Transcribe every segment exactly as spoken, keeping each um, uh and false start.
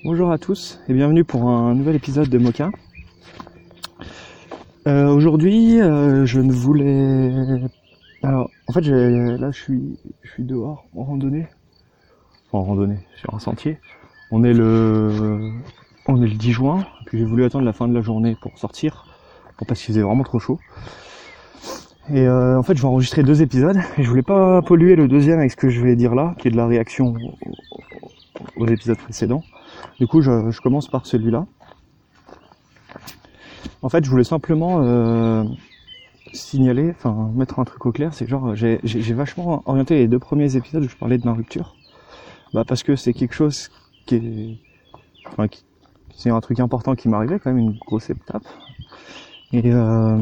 Bonjour à tous et bienvenue pour un nouvel épisode de Mocha. Euh, aujourd'hui, euh, je ne voulais... Alors, en fait, j'ai... là, je suis, je suis dehors en randonnée. Enfin, en randonnée, sur un sentier. On est le, on est le dix juin. Puis j'ai voulu attendre la fin de la journée pour sortir, pour parce qu'il faisait vraiment trop chaud. Et euh, en fait, je vais enregistrer deux épisodes. Et je voulais pas polluer le deuxième avec ce que je vais dire là, qui est de la réaction aux, aux épisodes précédents. Du coup, je, je commence par celui-là. En fait, je voulais simplement euh, signaler, enfin mettre un truc au clair, c'est genre j'ai, j'ai, j'ai vachement orienté les deux premiers épisodes où je parlais de ma rupture, bah parce que c'est quelque chose qui est, enfin, qui, c'est un truc important qui m'arrivait quand même, une grosse étape. Et euh,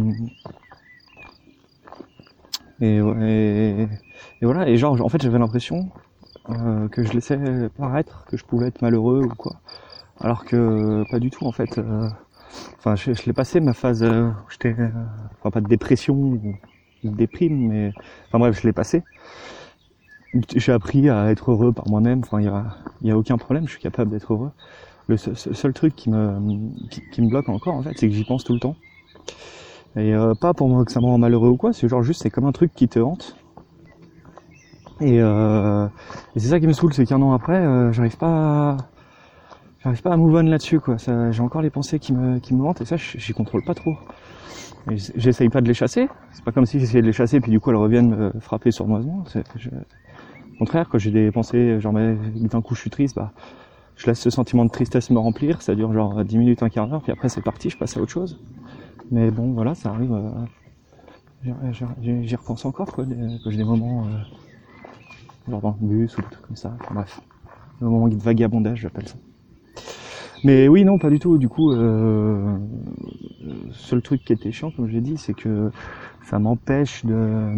et, et, et voilà. Et genre, en fait, j'avais l'impression euh, que je laissais paraître que je pouvais être malheureux ou quoi. Alors que pas du tout en fait. Euh, enfin, je, je l'ai passé ma phase. Euh, j'étais, euh, enfin pas de dépression ou de déprime, mais enfin bref, je l'ai passé. J'ai appris à être heureux par moi-même. Enfin, il y a, il y a aucun problème. Je suis capable d'être heureux. Le seul, seul truc qui me, qui, qui me bloque encore en fait, c'est que j'y pense tout le temps. Et euh, pas pour moi que ça me rend malheureux ou quoi. C'est genre juste, c'est comme un truc qui te hante. Et, euh, et c'est ça qui me saoule, c'est qu'un an après, euh, j'arrive pas. À, J'arrive pas à move on là-dessus, quoi. Ça, j'ai encore les pensées qui me, qui me hantent, et ça, j'y contrôle pas trop. Et j'essaye pas de les chasser. C'est pas comme si j'essayais de les chasser, puis du coup, elles reviennent me frapper sournoisement. C'est, je... Au contraire, quand j'ai des pensées, genre, mais, d'un coup, je suis triste, bah, je laisse ce sentiment de tristesse me remplir. Ça dure genre dix minutes, un quart d'heure, puis après, c'est parti, je passe à autre chose. Mais bon, voilà, ça arrive. Euh... J'y, j'y repense encore, quoi, quand j'ai des moments, euh... genre dans le bus ou des trucs comme ça. Enfin, bref. Le moment de vagabondage, j'appelle ça. Mais oui, non, pas du tout. Du coup, euh, le seul truc qui était chiant, comme je l'ai dit, c'est que ça m'empêche de,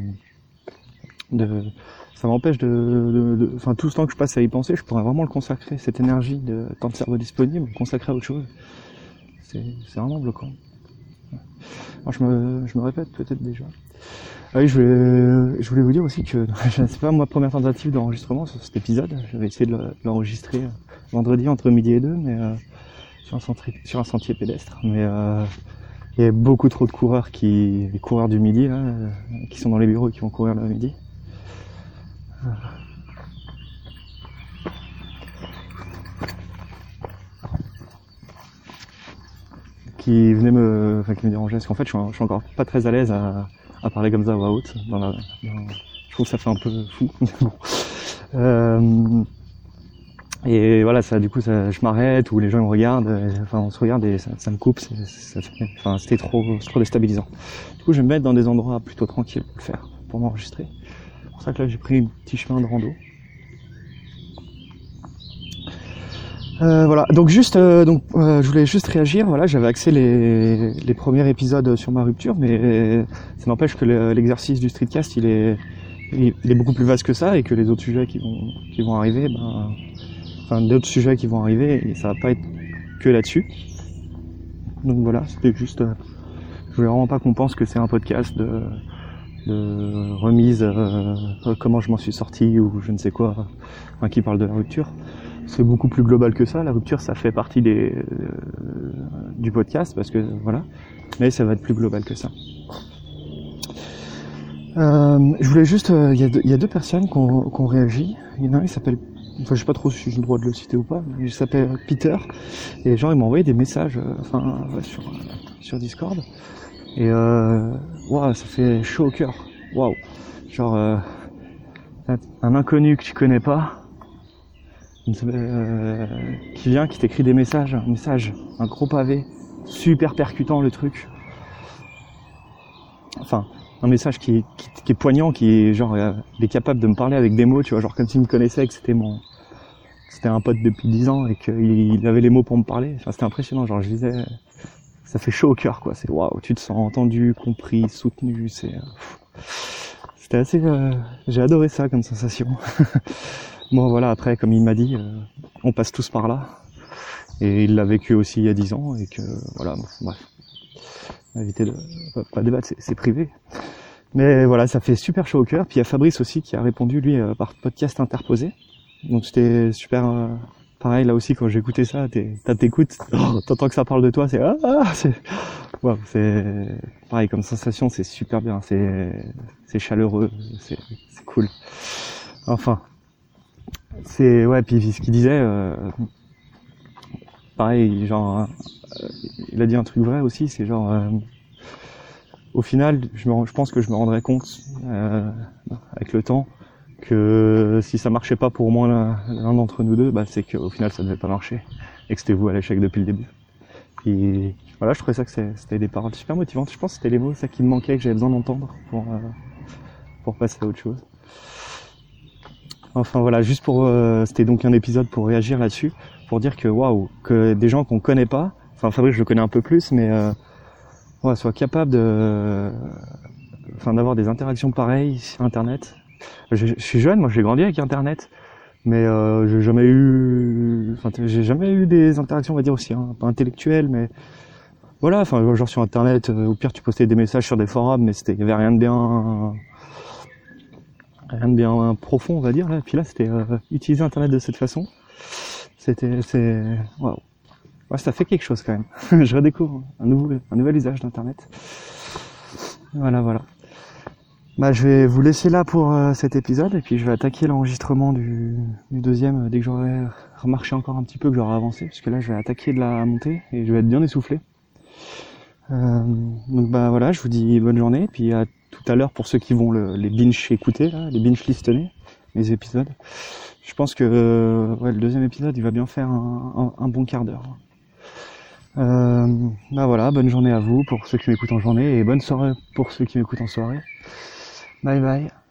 de ça m'empêche de, de, de, enfin, tout ce temps que je passe à y penser, je pourrais vraiment le consacrer, cette énergie de temps de cerveau disponible, le consacrer à autre chose. C'est, c'est vraiment bloquant. Alors, je me, je me répète peut-être déjà. Ah oui, je voulais, je voulais vous dire aussi que c'est pas ma première tentative d'enregistrement sur cet épisode. J'avais essayé de l'enregistrer vendredi entre midi et deux, mais euh, sur, un sentier, sur un sentier pédestre. Mais euh, il y a beaucoup trop de coureurs qui, les coureurs du midi là, euh, qui sont dans les bureaux et qui vont courir le midi. Qui venaient me, enfin qui me dérangeaient, parce qu'en fait, je suis, je suis encore pas très à l'aise à à parler comme ça à voix haute. Dans la, dans... Je trouve que ça fait un peu fou. Bon. Euh... Et voilà, ça, du coup, ça, je m'arrête ou les gens ils me regardent. Et, enfin, on se regarde et ça, ça me coupe. C'est, ça fait... Enfin, c'était trop, c'est trop déstabilisant. Du coup, je vais me mettre dans des endroits plutôt tranquilles pour le faire, pour m'enregistrer. C'est pour ça que là, j'ai pris un petit chemin de rando. Euh, voilà, donc juste, euh, donc euh, je voulais juste réagir. Voilà, j'avais axé les, les premiers épisodes sur ma rupture, mais ça n'empêche que le, l'exercice du streetcast, il est, il est beaucoup plus vaste que ça, et que les autres sujets qui vont, qui vont arriver, ben, enfin d'autres sujets qui vont arriver, et ça va pas être que là-dessus. Donc voilà, c'était juste, euh, je voulais vraiment pas qu'on pense que c'est un podcast de, de remise, euh, comment je m'en suis sorti ou je ne sais quoi, enfin, qui parle de la rupture. C'est beaucoup plus global que ça. La rupture, ça fait partie des, euh, du podcast, parce que voilà, mais ça va être plus global que ça. Euh, je voulais juste, il euh, y, y a deux personnes qui ont, qui ont réagi. Il y en a un, il s'appelle, enfin je sais pas trop si j'ai le droit de le citer ou pas, mais il s'appelle Peter. Et genre il m'a envoyé des messages, euh, enfin ouais, sur sur Discord. Et euh, waouh, ça fait chaud au cœur. Waouh, genre euh, un inconnu que tu connais pas. Euh, qui vient, qui t'écrit des messages, un message, un gros pavé, super percutant le truc. Enfin, un message qui, qui, qui est poignant, qui est genre, euh, il est capable de me parler avec des mots, tu vois, genre comme s'il me connaissait, que c'était mon, c'était un pote depuis dix ans et qu'il il avait les mots pour me parler. Enfin, c'était impressionnant, genre je disais, ça fait chaud au cœur, quoi. C'est waouh, tu te sens entendu, compris, soutenu, c'est, euh, c'était assez, euh, j'ai adoré ça comme sensation. Bon voilà, après comme il m'a dit, euh, on passe tous par là, et il l'a vécu aussi il y a dix ans, et que voilà, bon, bref, éviter de pas, pas débattre, c'est, c'est privé. Mais voilà, ça fait super chaud au cœur. Puis il y a Fabrice aussi qui a répondu lui euh, par podcast interposé, donc c'était super, euh, pareil, là aussi, quand j'écoutais ça, t'es, t'as t'écoutes, oh, t'entends que ça parle de toi, c'est, ah, ah, c'est, wow, c'est, pareil, comme sensation, c'est super bien, c'est, c'est chaleureux, c'est, c'est cool. Enfin, c'est, ouais, puis ce qu'il disait, euh, pareil, genre, euh, il a dit un truc vrai aussi, c'est genre, euh, au final, je, me, je pense que je me rendrais compte, euh, avec le temps, que si ça marchait pas pour au moins l'un, l'un d'entre nous deux, bah c'est qu'au final ça devait pas marcher et que c'était vous à l'échec depuis le début. Et voilà, je trouvais ça que c'était des paroles super motivantes. Je pense que c'était les mots ça qui me manquait, que j'avais besoin d'entendre pour euh, pour passer à autre chose. Enfin voilà, juste pour euh, c'était donc un épisode pour réagir là-dessus, pour dire que waouh, que des gens qu'on connaît pas, enfin Fabrice je le connais un peu plus, mais euh, ouais, soient capables de, enfin d'avoir des interactions pareilles sur Internet. Je, je suis jeune, moi j'ai grandi avec Internet, mais euh, j'ai jamais eu, enfin j'ai jamais eu des interactions, on va dire aussi, hein, pas intellectuelles, mais voilà, enfin genre sur Internet, euh, au pire tu postais des messages sur des forums, mais c'était, il y avait rien de bien, rien de bien profond, on va dire là. Et puis là, c'était euh, utiliser Internet de cette façon, c'était, c'est, waouh, ouais, ça fait quelque chose quand même. Je redécouvre un nouveau, un nouvel usage d'Internet. Voilà, voilà. Bah, je vais vous laisser là pour euh, cet épisode et puis je vais attaquer l'enregistrement du, du deuxième euh, dès que j'aurai remarché encore un petit peu, que j'aurai avancé, puisque là je vais attaquer de la montée et je vais être bien essoufflé. Euh, donc bah voilà, je vous dis bonne journée, puis à tout à l'heure pour ceux qui vont le, les binge écouter, là, les binge listener, les épisodes. Je pense que euh, ouais, le deuxième épisode il va bien faire un, un, un bon quart d'heure. Euh, bah voilà, bonne journée à vous pour ceux qui m'écoutent en journée et bonne soirée pour ceux qui m'écoutent en soirée. Bye bye.